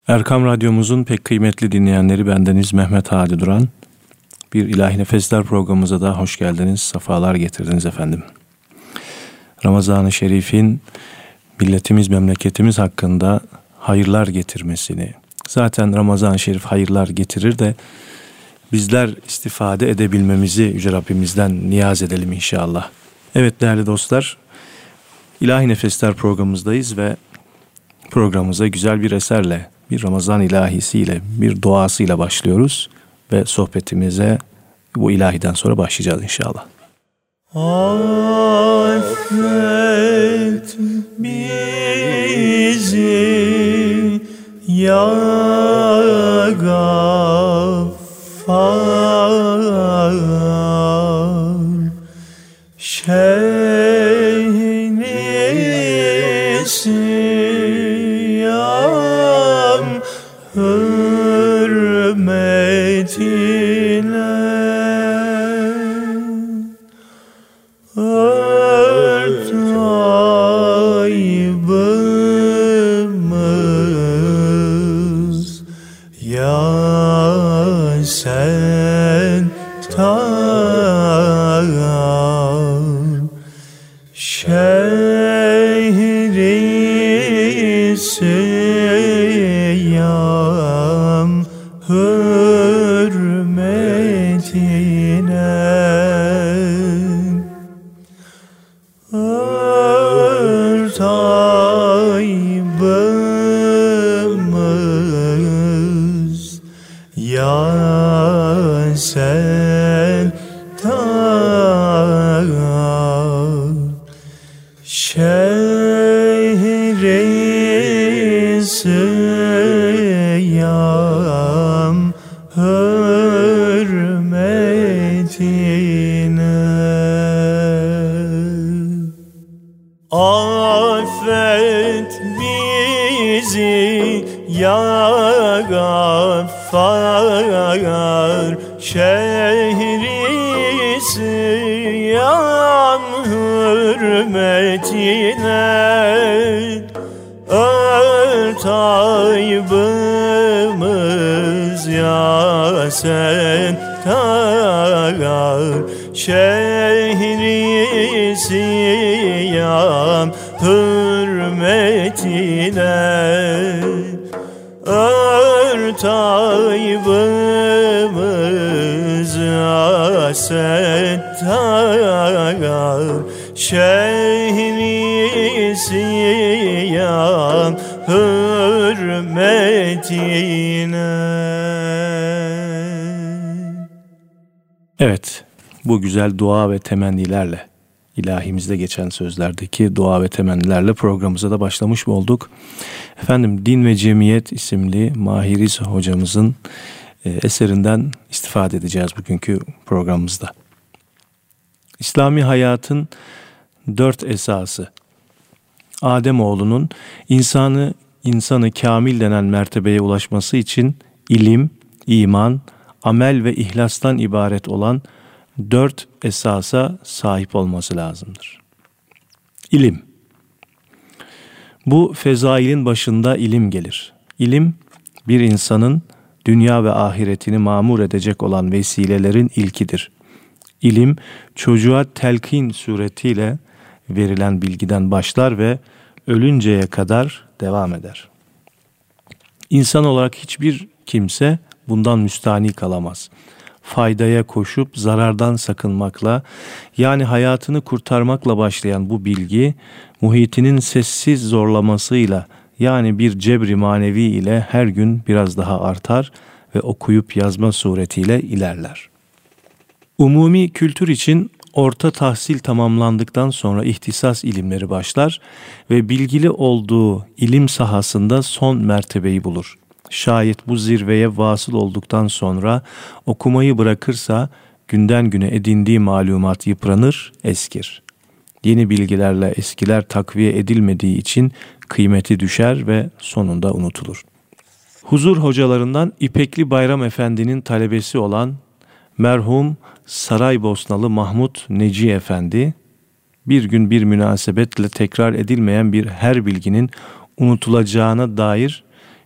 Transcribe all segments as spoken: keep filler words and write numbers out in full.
Erkam Radyomuzun pek kıymetli dinleyenleri, bendeniz Mehmet Hadi Duran. Bir İlahi Nefesler programımıza da hoş geldiniz, sefalar getirdiniz efendim. Ramazan-ı Şerif'in milletimiz, memleketimiz hakkında hayırlar getirmesini, zaten Ramazan-ı Şerif hayırlar getirir de bizler istifade edebilmemizi Yüce Rabbimizden niyaz edelim inşallah. Evet değerli dostlar, İlahi Nefesler programımızdayız ve programımıza güzel bir eserle, bir Ramazan ilahisiyle, bir duasıyla başlıyoruz ve sohbetimize bu ilahiden sonra başlayacağız inşallah. Affet bizi ya Gaffar, şehri siyam hürmetine ört aybımız ya sen tar şehri siyam hürmetine ört aybımız ya sen tar şehri siyam hürmetine. Affet bizi ya Gaffar, şehri siyam hürmetine ört aybımız ya sen tar şehri siyam hürmetine ört aybımız ya sen tar şehri siyam hürmetine. Evet, bu güzel dua ve temennilerle, ilahimizde geçen sözlerdeki dua ve temennilerle programımıza da başlamış olduk. Efendim, Din ve Cemiyet isimli Mahiriz hocamızın e, eserinden istifade edeceğiz bugünkü programımızda. İslami hayatın dört esası, Ademoğlunun insanı insanı kamil denen mertebeye ulaşması için ilim, iman, amel ve ihlastan ibaret olan dört esasa sahip olması lazımdır. İlim. Bu fezailin başında ilim gelir. İlim, bir insanın dünya ve ahiretini mamur edecek olan vesilelerin ilkidir. İlim, çocuğa telkin suretiyle verilen bilgiden başlar ve ölünceye kadar devam eder. İnsan olarak hiçbir kimse bundan müstahni kalamaz. Faydaya koşup zarardan sakınmakla, yani hayatını kurtarmakla başlayan bu bilgi, muhitinin sessiz zorlamasıyla, yani bir cebri manevi ile her gün biraz daha artar ve okuyup yazma suretiyle ilerler. Umumi kültür için orta tahsil tamamlandıktan sonra ihtisas ilimleri başlar ve bilgili olduğu ilim sahasında son mertebeyi bulur. Şayet bu zirveye vasıl olduktan sonra okumayı bırakırsa günden güne edindiği malumat yıpranır, eskir. Yeni bilgilerle eskiler takviye edilmediği için kıymeti düşer ve sonunda unutulur. Huzur hocalarından İpekli Bayram Efendi'nin talebesi olan merhum Saraybosnalı Mahmut Neci Efendi, bir gün bir münasebetle tekrar edilmeyen bir her bilginin unutulacağına dair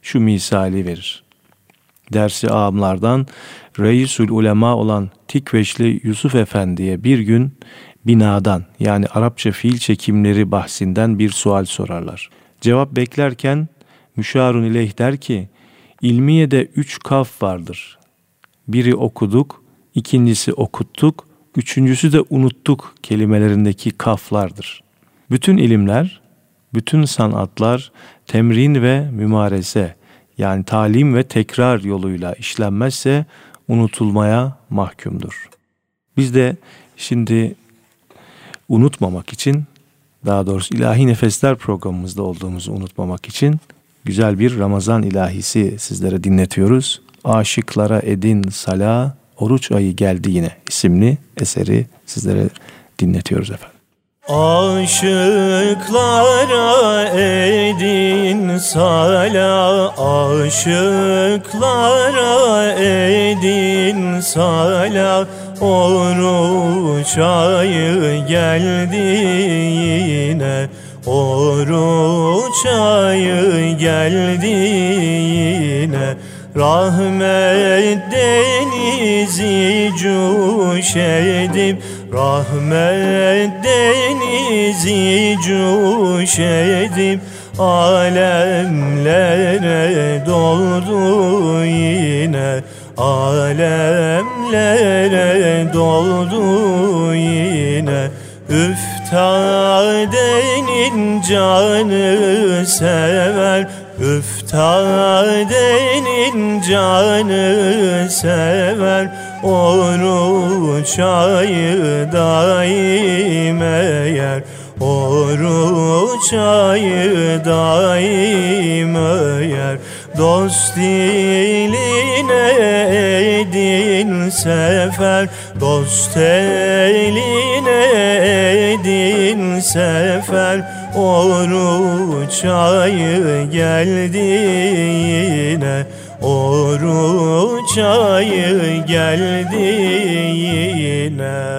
şu misali verir. Dersi ağamlardan Reisül Ulema olan Tikveçli Yusuf Efendi'ye bir gün binadan, yani Arapça fiil çekimleri bahsinden bir sual sorarlar. Cevap beklerken müşarun ileyh der ki, İlmiye'de üç kaf vardır. Biri okuduk, ikincisi okuttuk, üçüncüsü de unuttuk kelimelerindeki kaflardır. Bütün ilimler, bütün sanatlar temrin ve mümarese, yani talim ve tekrar yoluyla işlenmezse unutulmaya mahkumdur. Biz de şimdi unutmamak için, daha doğrusu İlahi Nefesler programımızda olduğumuzu unutmamak için güzel bir Ramazan ilahisi sizlere dinletiyoruz. Aşıklara edin sala, oruç ayı geldi yine isimli eseri sizlere dinletiyoruz efendim. Aşıklara edin sala, aşıklara edin sala, oruç ayı geldi yine, oruç ayı geldi yine. Rahmet denizi cuş edip, rahmet denizi cuş edip, alemlere doldu yine, alemlere doldu yine. Üftadenin canı sever, üftadenin canı sever, oruç ayı daim eğer, oruç ayı daim eğer. Dost diline edin sefer, dost eline edin sefer, oruç ayı geldi yine, oruç ayı geldi yine.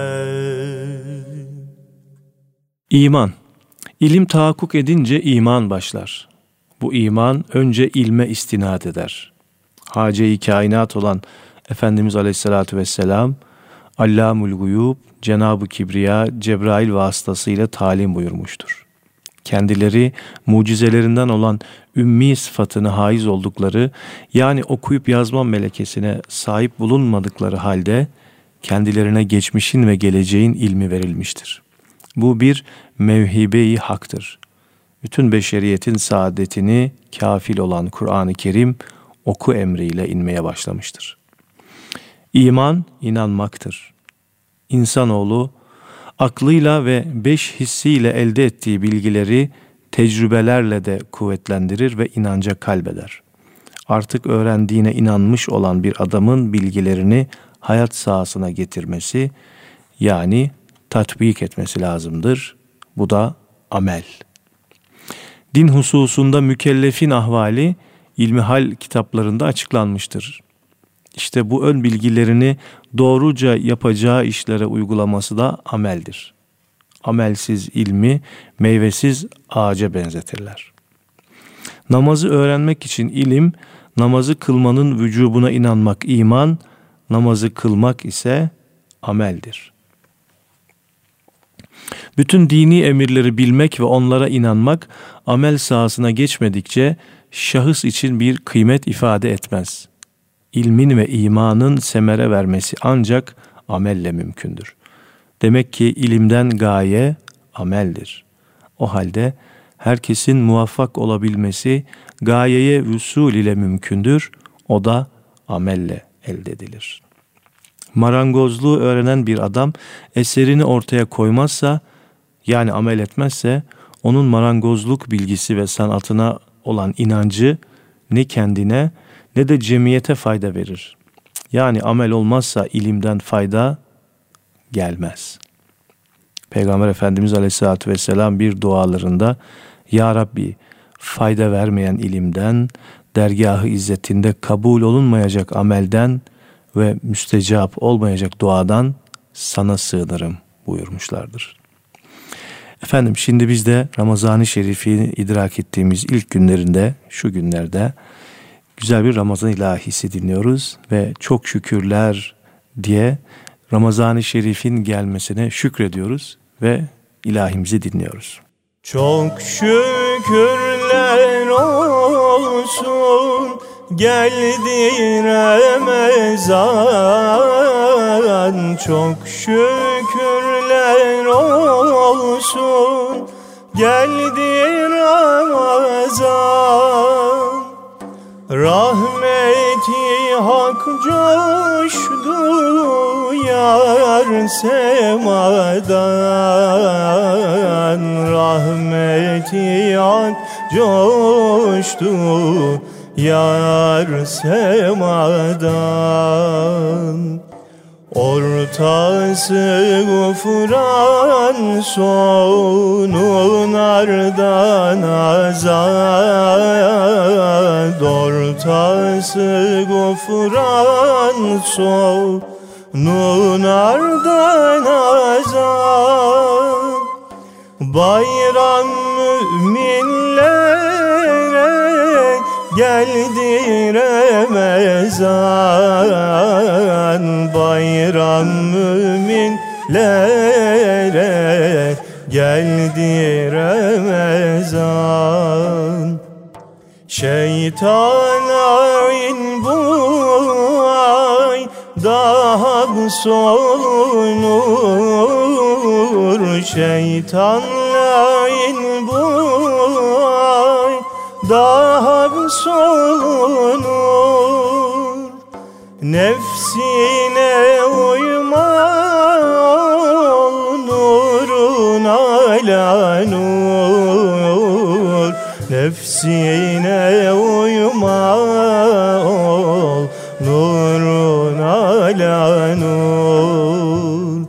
İman. İlim tahakkuk edince iman başlar. Bu iman önce ilme istinad eder. Hace-i kainat olan Efendimiz Aleyhisselatü Vesselam, Allamul Guyub, Cenab-ı Kibriya, Cebrail vasıtasıyla talim buyurmuştur. Kendileri mucizelerinden olan ümmi sıfatını haiz oldukları, yani okuyup yazma melekesine sahip bulunmadıkları halde kendilerine geçmişin ve geleceğin ilmi verilmiştir. Bu bir mevhibe-i haktır. Bütün beşeriyetin saadetini kafil olan Kur'an-ı Kerim oku emriyle inmeye başlamıştır. İman inanmaktır. İnsanoğlu aklıyla ve beş hissiyle elde ettiği bilgileri tecrübelerle de kuvvetlendirir ve inanca kalbeder. Artık öğrendiğine inanmış olan bir adamın bilgilerini hayat sahasına getirmesi, yani tatbik etmesi lazımdır. Bu da amel. Din hususunda mükellefin ahvali ilmihal kitaplarında açıklanmıştır. İşte bu ön bilgilerini doğruca yapacağı işlere uygulaması da ameldir. Amelsiz ilmi meyvesiz ağaca benzetirler. Namazı öğrenmek için ilim, namazı kılmanın vücubuna inanmak iman, namazı kılmak ise ameldir. Bütün dini emirleri bilmek ve onlara inanmak amel sahasına geçmedikçe şahıs için bir kıymet ifade etmez. İlmin ve imanın semere vermesi ancak amelle mümkündür. Demek ki ilimden gaye ameldir. O halde herkesin muvaffak olabilmesi gayeye vüsul ile mümkündür. O da amelle elde edilir. Marangozluğu öğrenen bir adam eserini ortaya koymazsa, yani amel etmezse, onun marangozluk bilgisi ve sanatına olan inancı ne kendine ne de cemiyete fayda verir. Yani amel olmazsa ilimden fayda gelmez. Peygamber Efendimiz Aleyhisselatü Vesselam bir dualarında, Ya Rabbi, fayda vermeyen ilimden, dergâh-ı izzetinde kabul olunmayacak amelden ve müstecap olmayacak duadan sana sığınırım buyurmuşlardır. Efendim, şimdi biz de Ramazan-ı Şerif'i idrak ettiğimiz ilk günlerinde, şu günlerde güzel bir Ramazan ilahisi dinliyoruz ve çok şükürler diye Ramazan-ı Şerif'in gelmesine şükrediyoruz ve ilahimizi dinliyoruz. Çok şükürler olsun geldi Ramazan, çok şükürler olsun geldi Ramazan. Rahmeti hak coştu yar semadan, rahmeti hak coştu yar semadan. Ortası gufran, sonu nardan azad. Ortası gufran, sonu nardan azad. Bayram müminlere geldi Ramazan, bayram müminlere geldi Ramazan. Şeytana in bu ay daha solunur, şeytanla in bu ay daha solunur. Nefsine uyma ol, nurun ala nur. Nefsine uyma ol, nurun ala nur.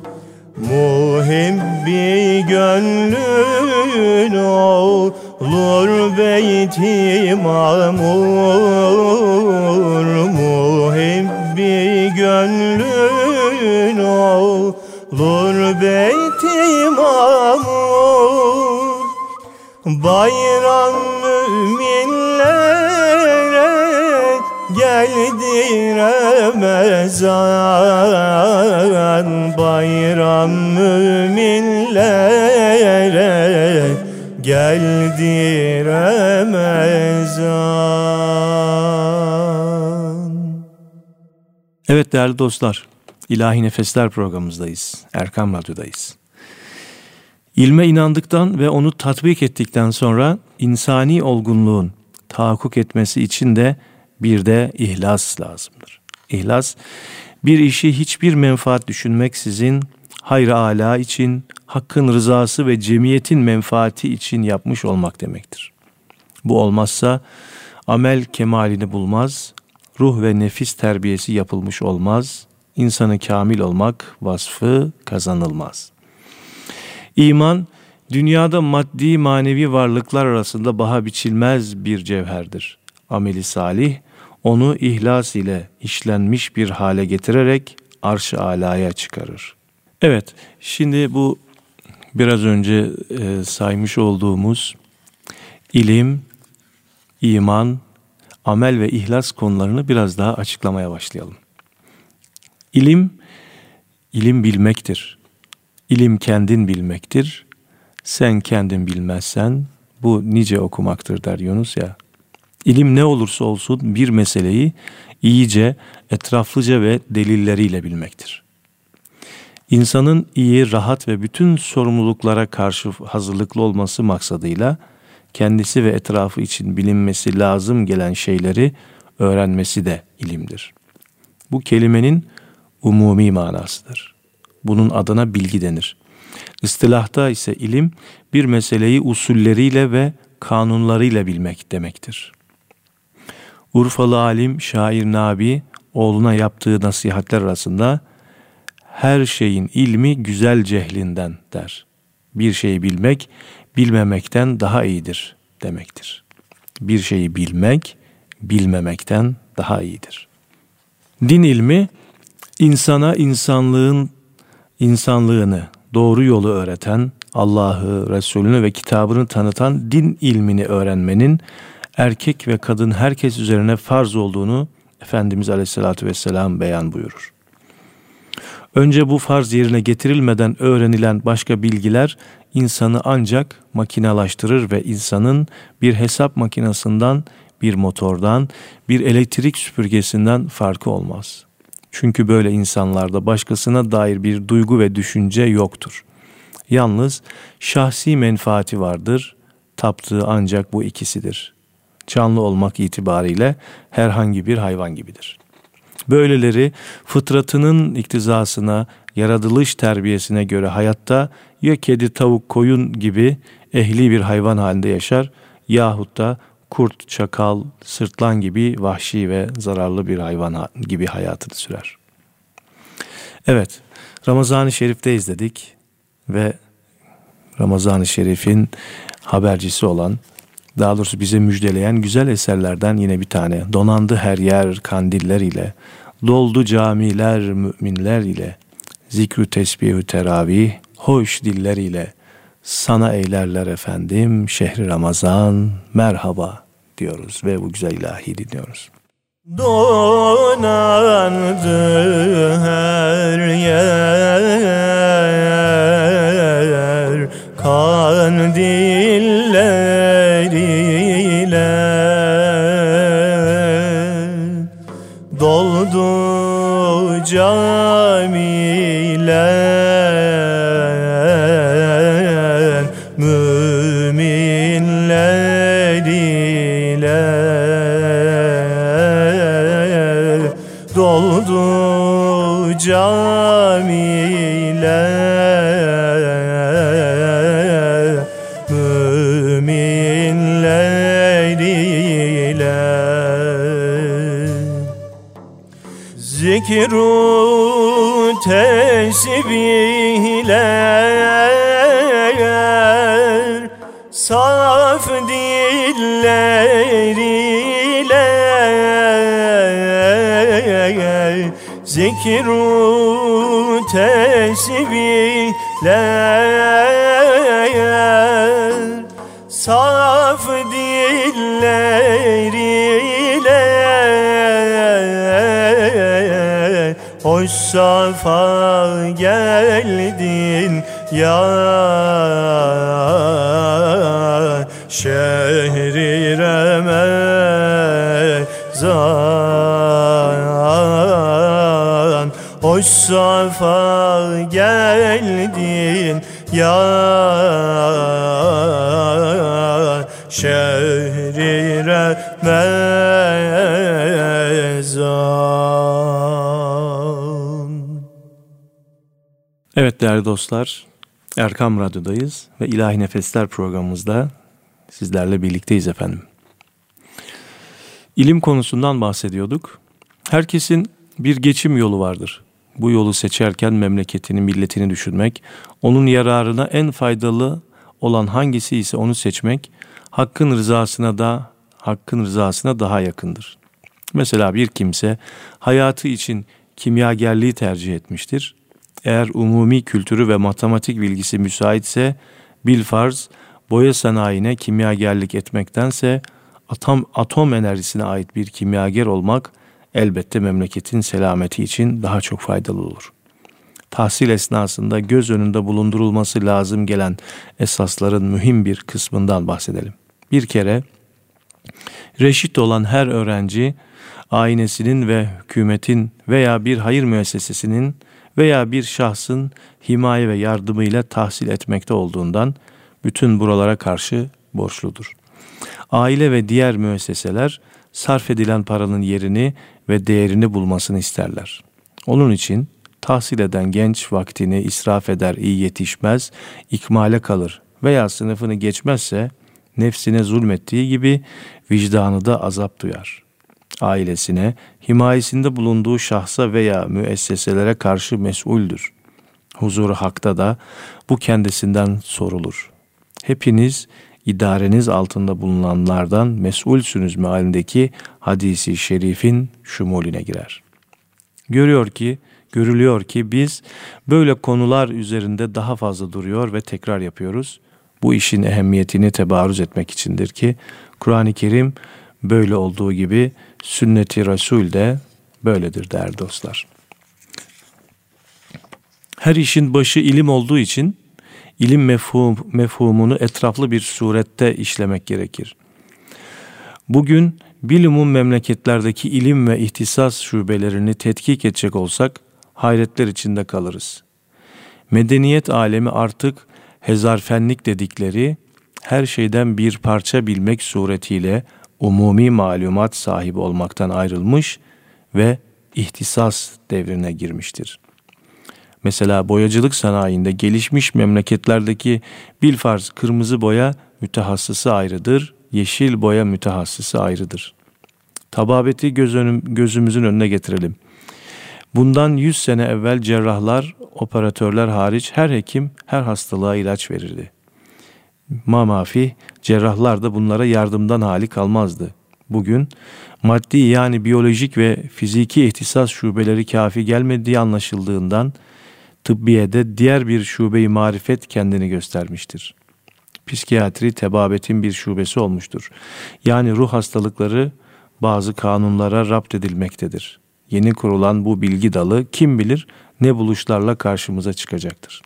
Muhibbi gönlün olur beyti mamur. Muhibbi gönlün olur beyti mamur. Bayram müminlere geldi Ramazan, bayram müminlere geldi Ramazan. Evet değerli dostlar, İlahi Nefesler programımızdayız. Erkam Radyo'dayız. İlme inandıktan ve onu tatbik ettikten sonra insani olgunluğun tahakkuk etmesi için de bir de ihlas lazımdır. İhlas, bir işi hiçbir menfaat düşünmeksizin hayır-ı âlâ için, hakkın rızası ve cemiyetin menfaati için yapmış olmak demektir. Bu olmazsa amel kemalini bulmaz, ruh ve nefis terbiyesi yapılmış olmaz, insanı kamil olmak vasfı kazanılmaz. İman, dünyada maddi manevi varlıklar arasında baha biçilmez bir cevherdir. Ameli salih, onu ihlas ile işlenmiş bir hale getirerek arş-ı alaya çıkarır. Evet, şimdi bu biraz önce e, saymış olduğumuz ilim, iman, amel ve ihlas konularını biraz daha açıklamaya başlayalım. İlim, ilim bilmektir. İlim kendin bilmektir. Sen kendin bilmezsen bu nice okumaktır der Yunus ya. İlim ne olursa olsun bir meseleyi iyice, etraflıca ve delilleriyle bilmektir. İnsanın iyi, rahat ve bütün sorumluluklara karşı hazırlıklı olması maksadıyla kendisi ve etrafı için bilinmesi lazım gelen şeyleri öğrenmesi de ilimdir. Bu kelimenin umumi manasıdır. Bunun adına bilgi denir. İstilahta ise ilim bir meseleyi usulleriyle ve kanunlarıyla bilmek demektir. Urfalı alim şair Nabi oğluna yaptığı nasihatler arasında her şeyin ilmi güzel cehlinden der. Bir şeyi bilmek bilmemekten daha iyidir demektir. Bir şeyi bilmek bilmemekten daha iyidir. Din ilmi insana insanlığın insanlığını, doğru yolu öğreten, Allah'ı, Resulünü ve kitabını tanıtan din ilmini öğrenmenin erkek ve kadın herkes üzerine farz olduğunu Efendimiz Aleyhisselatü Vesselam beyan buyurur. Önce bu farz yerine getirilmeden öğrenilen başka bilgiler insanı ancak makinalaştırır ve insanın bir hesap makinesinden, bir motordan, bir elektrik süpürgesinden farkı olmaz. Çünkü böyle insanlarda başkasına dair bir duygu ve düşünce yoktur. Yalnız şahsi menfaati vardır, taptığı ancak bu ikisidir. Canlı olmak itibariyle herhangi bir hayvan gibidir. Böyleleri fıtratının iktizasına, yaratılış terbiyesine göre hayatta ya kedi, tavuk, koyun gibi ehli bir hayvan halinde yaşar yahut da kurt, çakal, sırtlan gibi vahşi ve zararlı bir hayvan gibi hayatını sürer. Evet, Ramazan-ı Şerif'teyiz dedik ve Ramazan-ı Şerif'in habercisi olan, daha doğrusu bize müjdeleyen güzel eserlerden yine bir tane. Donandı her yer kandiller ile, doldu camiler müminler ile, zikrü tesbihü teravih, hoş diller ile, sana eylerler efendim şehri Ramazan merhaba diyoruz ve bu güzel ilahi dinliyoruz. Donandı her yer kandiller ile, doldu camiler müminler ile, doldu camiler müminler ile. Zikru tesbihler saf diller ile, zikru tesbihler saf diller ile, hoş safa geldin ya şehri Ramazan, hoş safa geldin ya şehri Ramazan. Evet değerli dostlar, Erkam Radyo'dayız ve İlahi Nefesler programımızda sizlerle birlikteyiz efendim. İlim konusundan bahsediyorduk. Herkesin bir geçim yolu vardır. Bu yolu seçerken memleketini, milletini düşünmek, onun yararına en faydalı olan hangisi ise onu seçmek, hakkın rızasına da hakkın rızasına daha yakındır. Mesela bir kimse hayatı için kimyagerliği tercih etmiştir. Eğer umumi kültürü ve matematik bilgisi müsaitse bilfarz boya sanayine kimyagerlik etmektense atom, atom enerjisine ait bir kimyager olmak elbette memleketin selameti için daha çok faydalı olur. Tahsil esnasında göz önünde bulundurulması lazım gelen esasların mühim bir kısmından bahsedelim. Bir kere reşit olan her öğrenci ailesinin ve hükümetin veya bir hayır müessesesinin veya bir şahsın himaye ve yardımıyla tahsil etmekte olduğundan bütün buralara karşı borçludur. Aile ve diğer müesseseler sarf edilen paranın yerini ve değerini bulmasını isterler. Onun için tahsil eden genç vaktini israf eder, iyi yetişmez, ikmale kalır veya sınıfını geçmezse nefsine zulmettiği gibi vicdanı da azap duyar. Ailesine, himayesinde bulunduğu şahsa veya müesseselere karşı mesuldür. Huzur-u hakta da bu kendisinden sorulur. Hepiniz idareniz altında bulunanlardan mesulsünüz mealindeki hadisi şerifin şumulüne girer. Görüyor ki, görülüyor ki biz böyle konular üzerinde daha fazla duruyor ve tekrar yapıyoruz. bu işin ehemmiyetini tebarüz etmek içindir ki Kur'an-ı Kerim böyle olduğu gibi sünnet-i Resul de böyledir değerli dostlar. Her işin başı ilim olduğu için ilim mefhum, mefhumunu etraflı bir surette işlemek gerekir. Bugün bilumum memleketlerdeki ilim ve ihtisas şubelerini tetkik edecek olsak hayretler içinde kalırız. Medeniyet alemi artık hezarfenlik dedikleri her şeyden bir parça bilmek suretiyle umumi malumat sahibi olmaktan ayrılmış ve ihtisas devrine girmiştir. Mesela boyacılık sanayinde gelişmiş memleketlerdeki bilfarz kırmızı boya mütehassısı ayrıdır, yeşil boya mütehassısı ayrıdır. Tababeti göz önüm, gözümüzün önüne getirelim. Bundan yüz sene evvel cerrahlar, operatörler hariç her hekim her hastalığa ilaç verirdi. Mamafi cerrahlar da bunlara yardımdan hali kalmazdı. Bugün maddi yani biyolojik ve fiziki ihtisas şubeleri kafi gelmediği anlaşıldığından tıbbiyede diğer bir şube-i marifet kendini göstermiştir. Psikiyatri tebabetin bir şubesi olmuştur. Yani ruh hastalıkları bazı kanunlara rapt edilmektedir. Yeni kurulan bu bilgi dalı kim bilir ne buluşlarla karşımıza çıkacaktır.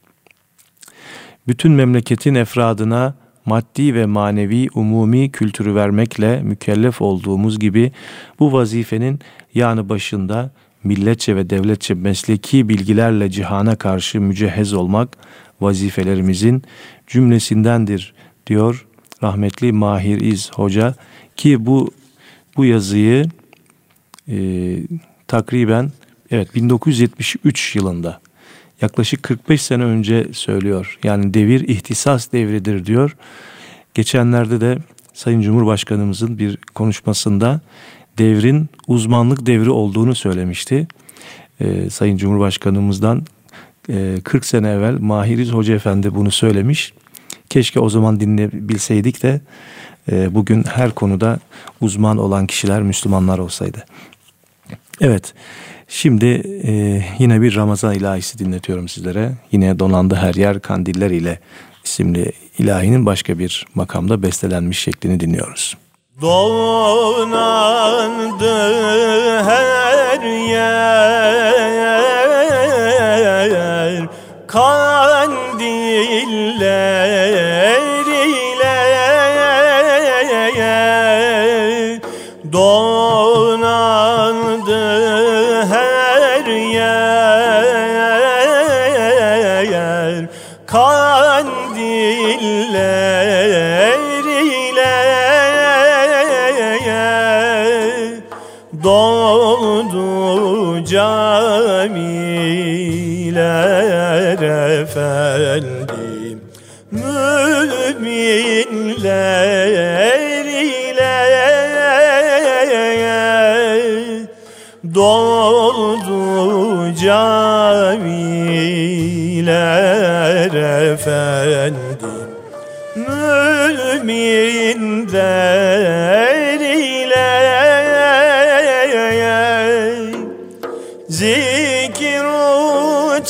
Bütün memleketin efradına maddi ve manevi umumi kültürü vermekle mükellef olduğumuz gibi bu vazifenin yanı başında milletçe ve devletçe mesleki bilgilerle cihana karşı mücehhez olmak vazifelerimizin cümlesindendir diyor rahmetli Mahir İz Hoca ki bu bu yazıyı e, takriben evet bin dokuz yüz yetmiş üç yılında yaklaşık kırk beş sene önce söylüyor. Yani devir ihtisas devridir diyor. Geçenlerde de Sayın Cumhurbaşkanımızın bir konuşmasında devrin uzmanlık devri olduğunu söylemişti. Ee, Sayın Cumhurbaşkanımızdan e, kırk sene evvel Mahir İz Hoca Efendi bunu söylemiş. Keşke o zaman dinleyebilseydik de e, bugün her konuda uzman olan kişiler Müslümanlar olsaydı. Evet, şimdi e, yine bir Ramazan ilahisi dinletiyorum sizlere. Yine Donandı Her Yer Kandiller ile isimli ilahinin başka bir makamda bestelenmiş şeklini dinliyoruz. Donandı her yer kandiller ile donandı her yer kandiller doldu camiler efendim müminler ile doldu camiler efendim müminler ile zikru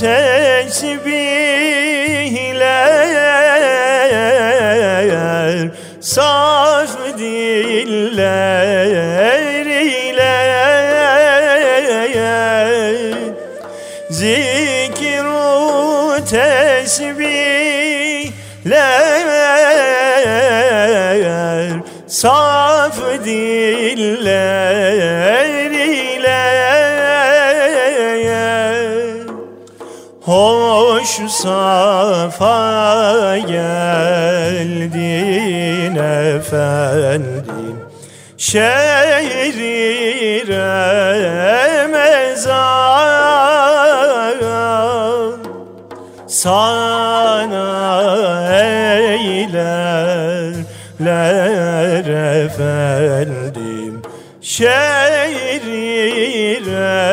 tesbihler saf diller ile zikru tesbihler saf diller ile hoş safa geldin efendim şehri Ramazan sana eylerler efendim şehri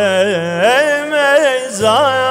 Ramazan.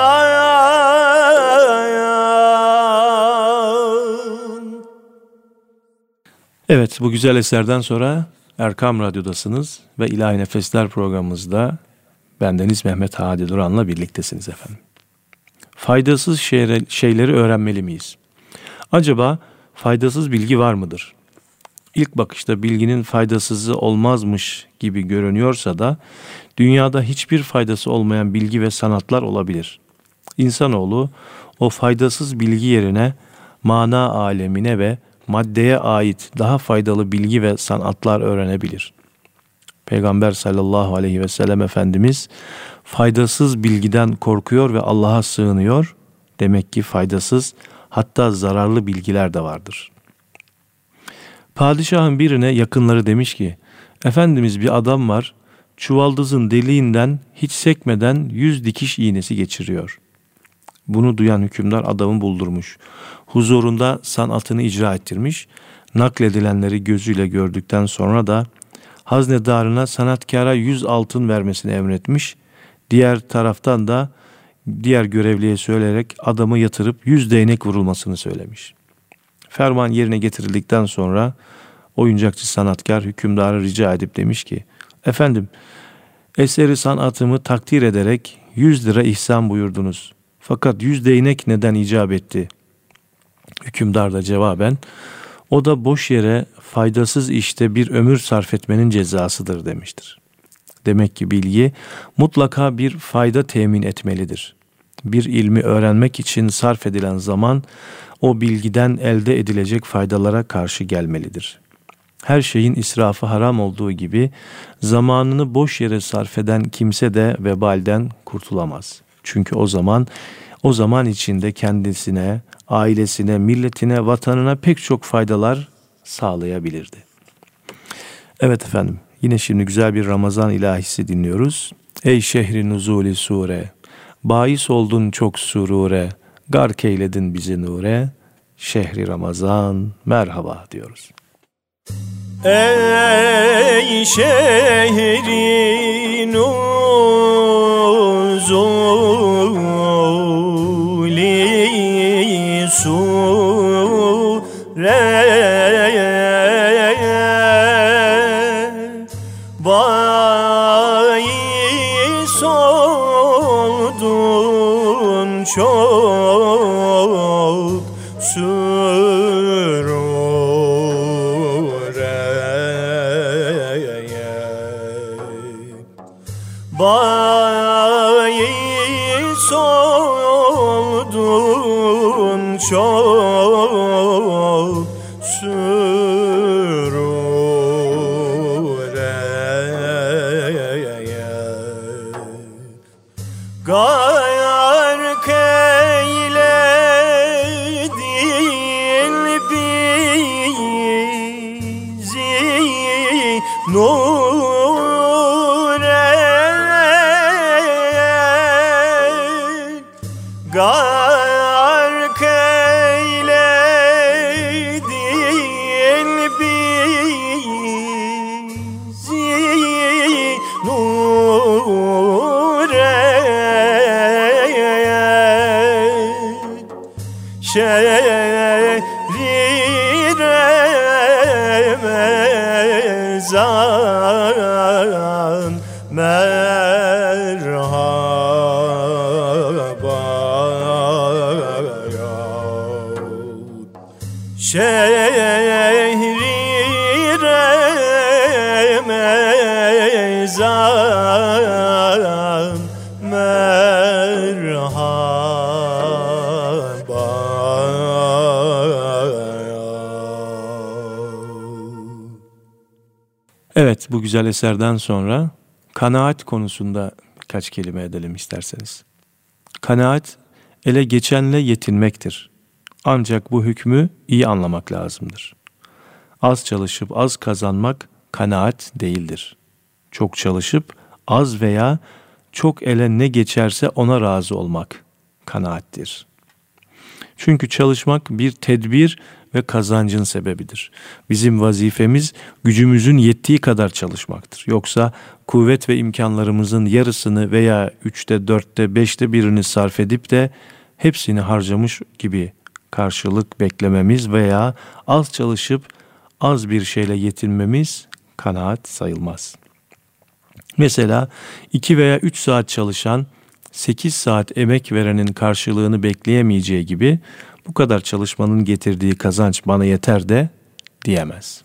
Evet, bu güzel eserden sonra Erkam Radyo'dasınız ve İlahi Nefesler programımızda bendeniz Mehmet Hadi Duran'la birliktesiniz efendim. Faydasız şeyleri öğrenmeli miyiz? Acaba faydasız bilgi var mıdır? İlk bakışta bilginin faydasızı olmazmış gibi görünüyorsa da dünyada hiçbir faydası olmayan bilgi ve sanatlar olabilir. İnsanoğlu o faydasız bilgi yerine mana alemine ve maddeye ait daha faydalı bilgi ve sanatlar öğrenebilir. Peygamber sallallahu aleyhi ve sellem Efendimiz faydasız bilgiden korkuyor ve Allah'a sığınıyor. Demek ki faydasız, hatta zararlı bilgiler de vardır. Padişahın birine yakınları demiş ki, Efendimiz bir adam var, çuvaldızın deliğinden hiç sekmeden yüz dikiş iğnesi geçiriyor. Bunu duyan hükümdar adamı buldurmuş. Huzurunda sanatını icra ettirmiş. Nakledilenleri gözüyle gördükten sonra da haznedarına sanatkara yüz altın vermesini emretmiş. Diğer taraftan da diğer görevliye söyleyerek adamı yatırıp yüz değnek vurulmasını söylemiş. Ferman yerine getirildikten sonra oyuncakçı sanatkar hükümdara rica edip demiş ki, efendim eseri sanatımı takdir ederek yüz lira ihsan buyurdunuz. Fakat yüz değnek neden icap etti? Hükümdar da cevaben, o da boş yere faydasız işte bir ömür sarf etmenin cezasıdır demiştir. Demek ki bilgi mutlaka bir fayda temin etmelidir. Bir ilmi öğrenmek için sarf edilen zaman o bilgiden elde edilecek faydalara karşı gelmelidir. Her şeyin israfı haram olduğu gibi zamanını boş yere sarf eden kimse de vebalden kurtulamaz. Çünkü o zaman o zaman içinde kendisine, ailesine, milletine, vatanına pek çok faydalar sağlayabilirdi. Evet efendim, yine şimdi güzel bir Ramazan ilahisi dinliyoruz. Ey şehri nuzuli sure, bahis oldun çok surure, gark eyledin bizi nure, şehri Ramazan merhaba diyoruz. Ey şehri nuzuli sure, bahis oldun çok surure, bahis oldun çok surure, gark eyledin bizi nure, gark eyledin bizi nure, şehri Ramazan merhaba ya, şehri Ramazan merhaba. Evet, bu güzel eserden sonra kanaat konusunda birkaç kelime edelim isterseniz. Kanaat, ele geçenle yetinmektir. Ancak bu hükmü iyi anlamak lazımdır. Az çalışıp az kazanmak kanaat değildir. Çok çalışıp az veya çok ele ne geçerse ona razı olmak kanaattir. Çünkü çalışmak bir tedbir ve kazancın sebebidir. Bizim vazifemiz gücümüzün yettiği kadar çalışmaktır. Yoksa kuvvet ve imkanlarımızın yarısını veya üçte, dörtte, beşte birini sarf edip de hepsini harcamış gibi karşılık beklememiz veya az çalışıp az bir şeyle yetinmemiz kanaat sayılmaz. Mesela iki veya üç saat çalışan, sekiz saat emek verenin karşılığını bekleyemeyeceği gibi bu kadar çalışmanın getirdiği kazanç bana yeter de diyemez.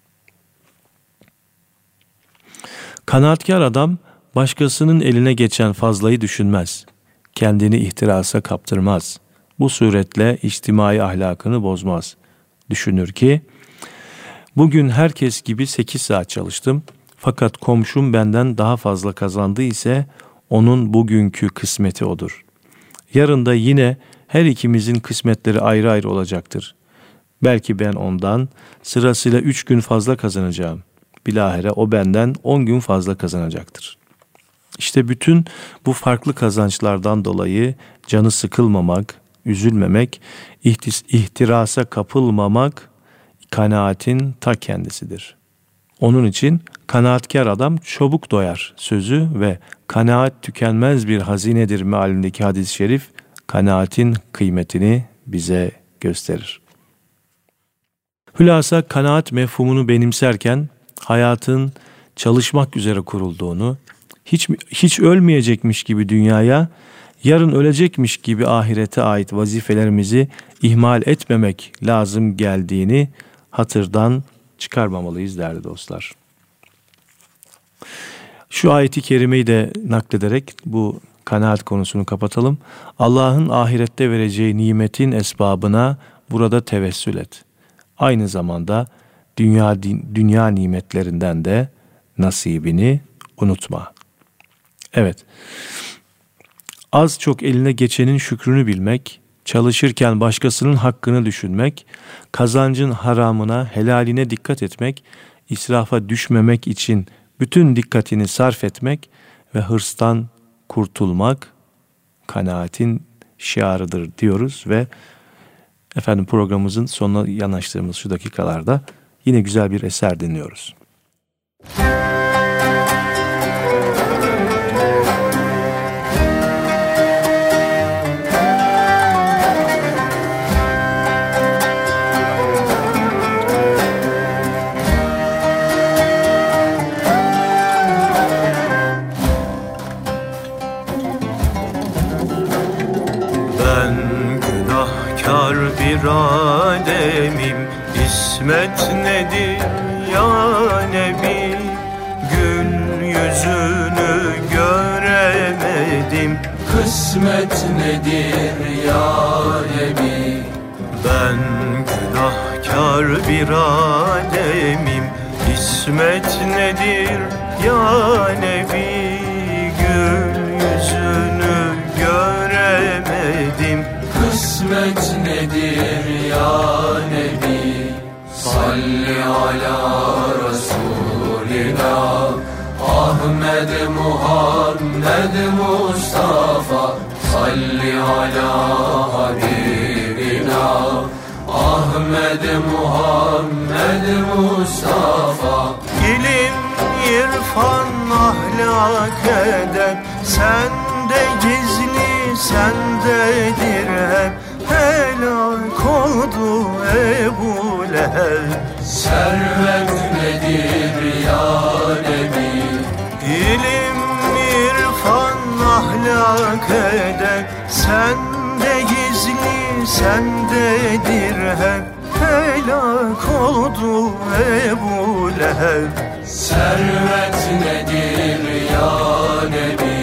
Kanaatkar adam başkasının eline geçen fazlayı düşünmez. Kendini ihtirasa kaptırmaz. Bu suretle içtimai ahlakını bozmaz. Düşünür ki, bugün herkes gibi sekiz saat çalıştım. Fakat komşum benden daha fazla kazandı ise onun bugünkü kısmeti odur. Yarın da yine her ikimizin kısmetleri ayrı ayrı olacaktır. Belki ben ondan sırasıyla üç gün fazla kazanacağım. Bilahare o benden on gün fazla kazanacaktır. İşte bütün bu farklı kazançlardan dolayı canı sıkılmamak, üzülmemek, ihtis- ihtirasa kapılmamak kanaatin ta kendisidir. Onun için kanaatkar adam çabuk doyar sözü ve kanaat tükenmez bir hazinedir mealindeki hadis-i şerif kanaatin kıymetini bize gösterir. Hülasa kanaat mefhumunu benimserken hayatın çalışmak üzere kurulduğunu, hiç hiç ölmeyecekmiş gibi dünyaya, yarın ölecekmiş gibi ahirete ait vazifelerimizi ihmal etmemek lazım geldiğini hatırdan çıkarmamalıyız değerli dostlar. Şu ayeti kerimeyi de naklederek bu kanaat konusunu kapatalım. Allah'ın ahirette vereceği nimetin esbabına burada tevessül et. Aynı zamanda dünya dünya nimetlerinden de nasibini unutma. Evet. Az çok eline geçenin şükrünü bilmek, çalışırken başkasının hakkını düşünmek, kazancın haramına, helaline dikkat etmek, israfa düşmemek için bütün dikkatini sarf etmek ve hırstan kurtulmak kanaatin şiarıdır diyoruz ve efendim programımızın sonuna yanaştığımız şu dakikalarda yine güzel bir eser dinliyoruz. Bir ademim, İsmet nedir ya Nebi? Gül yüzünü göremedim, kısmet nedir ya Nebi? Ben günahkar bir ademim, İsmet nedir ya Nebi? Gül yüzünü göremedim, kısmet nedir ya Nebi? Salli ala Resulina Ahmed Muhammed Mustafa. Salli ala Habibina Ahmed Muhammed Mustafa. İlim, irfan, ahlak, edep sende gizli, sendedir hep. Helak oldu Ebu Leheb. Servet nedir ya Nebi? İlim, irfan, ahlak, edep sende gizli, sendedir hep. Helak oldu Ebu Leheb. Servet nedir ya Nebi?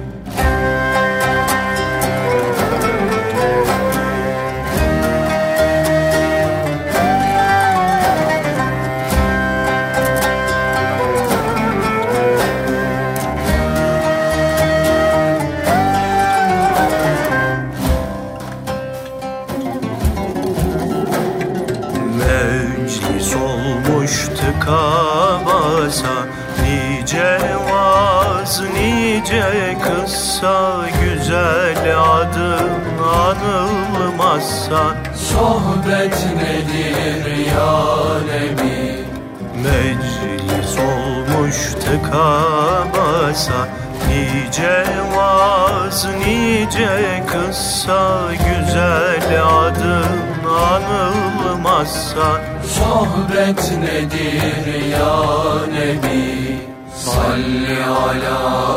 Kabasa nice vaz, nice kıssa, güzel adın anılmazsa. Sohbet nedir ya Nebi? Meclis olmuş tıkabasa, nice vaz, nice kıssa, güzel adın anılmazsa. Sohbet nedir ya Nebi? Salli ala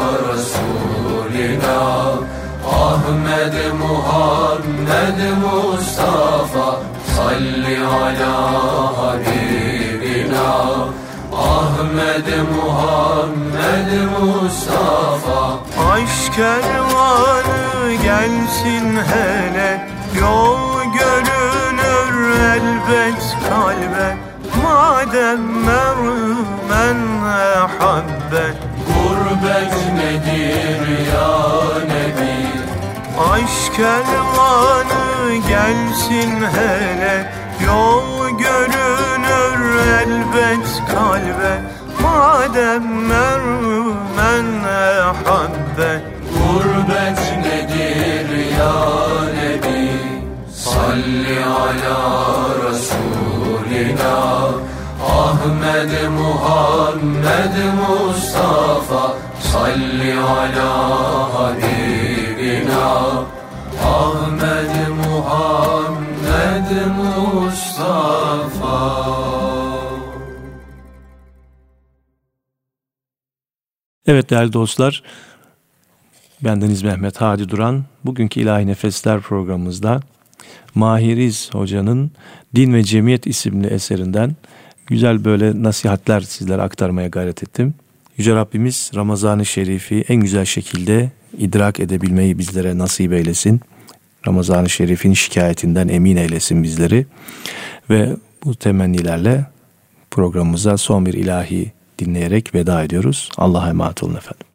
Resulina Ahmed Muhammed Mustafa. salli ala habibina Ahmed Muhammed Mustafa. Aşk kervanı gelsin hele, yol görünür elbet kalbe. Madem mermen ehabbet, gurbet nedir ya Nebi? Aşk kervanı gelsin hele, yol görünür elbet kalbe. Madem mermen ehabbet, gurbet nedir ya Nebi? Salli ala Resulina Ahmed Muhammed Mustafa. Salli ala habibina Ahmed Muhammed Mustafa. Evet değerli dostlar, bendeniz Mehmet Hadi Duran. Bugünkü İlahi Nefesler programımızda Mahiriz Hoca'nın Din ve Cemiyet isimli eserinden güzel böyle nasihatler sizlere aktarmaya gayret ettim. Yüce Rabbimiz Ramazan-ı Şerif'i en güzel şekilde idrak edebilmeyi bizlere nasip eylesin. Ramazan-ı Şerif'in şikayetinden emin eylesin bizleri. Ve bu temennilerle programımıza son bir ilahi dinleyerek veda ediyoruz. Allah'a emanet olun efendim.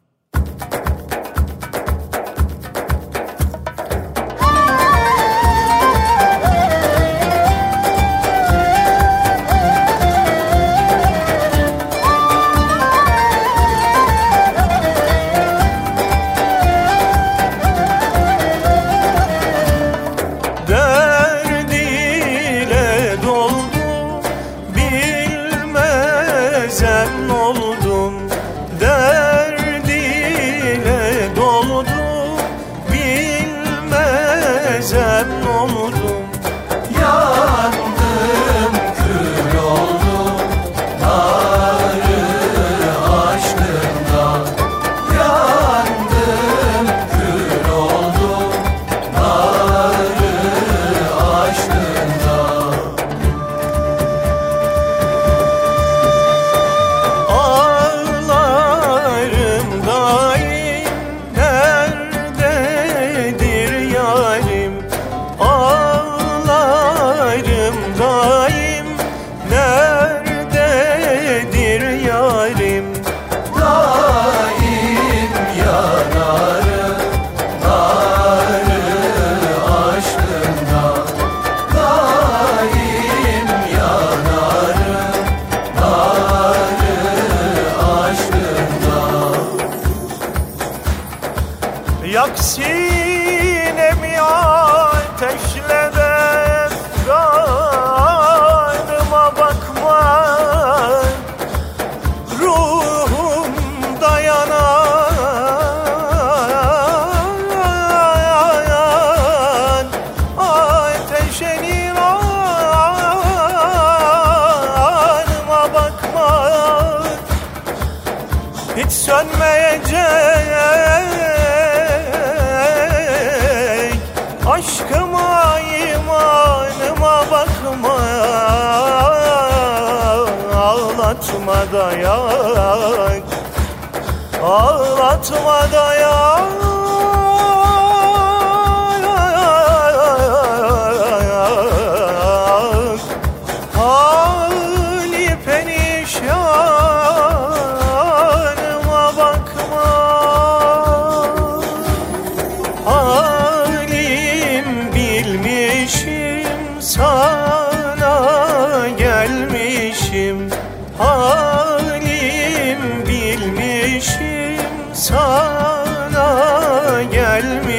Ağlatma dayak, ağlatma dayak. Hali perişanıma bakma. Halim bilmişim, sana gelmişim. Halim bilmişim, sana gelmişim.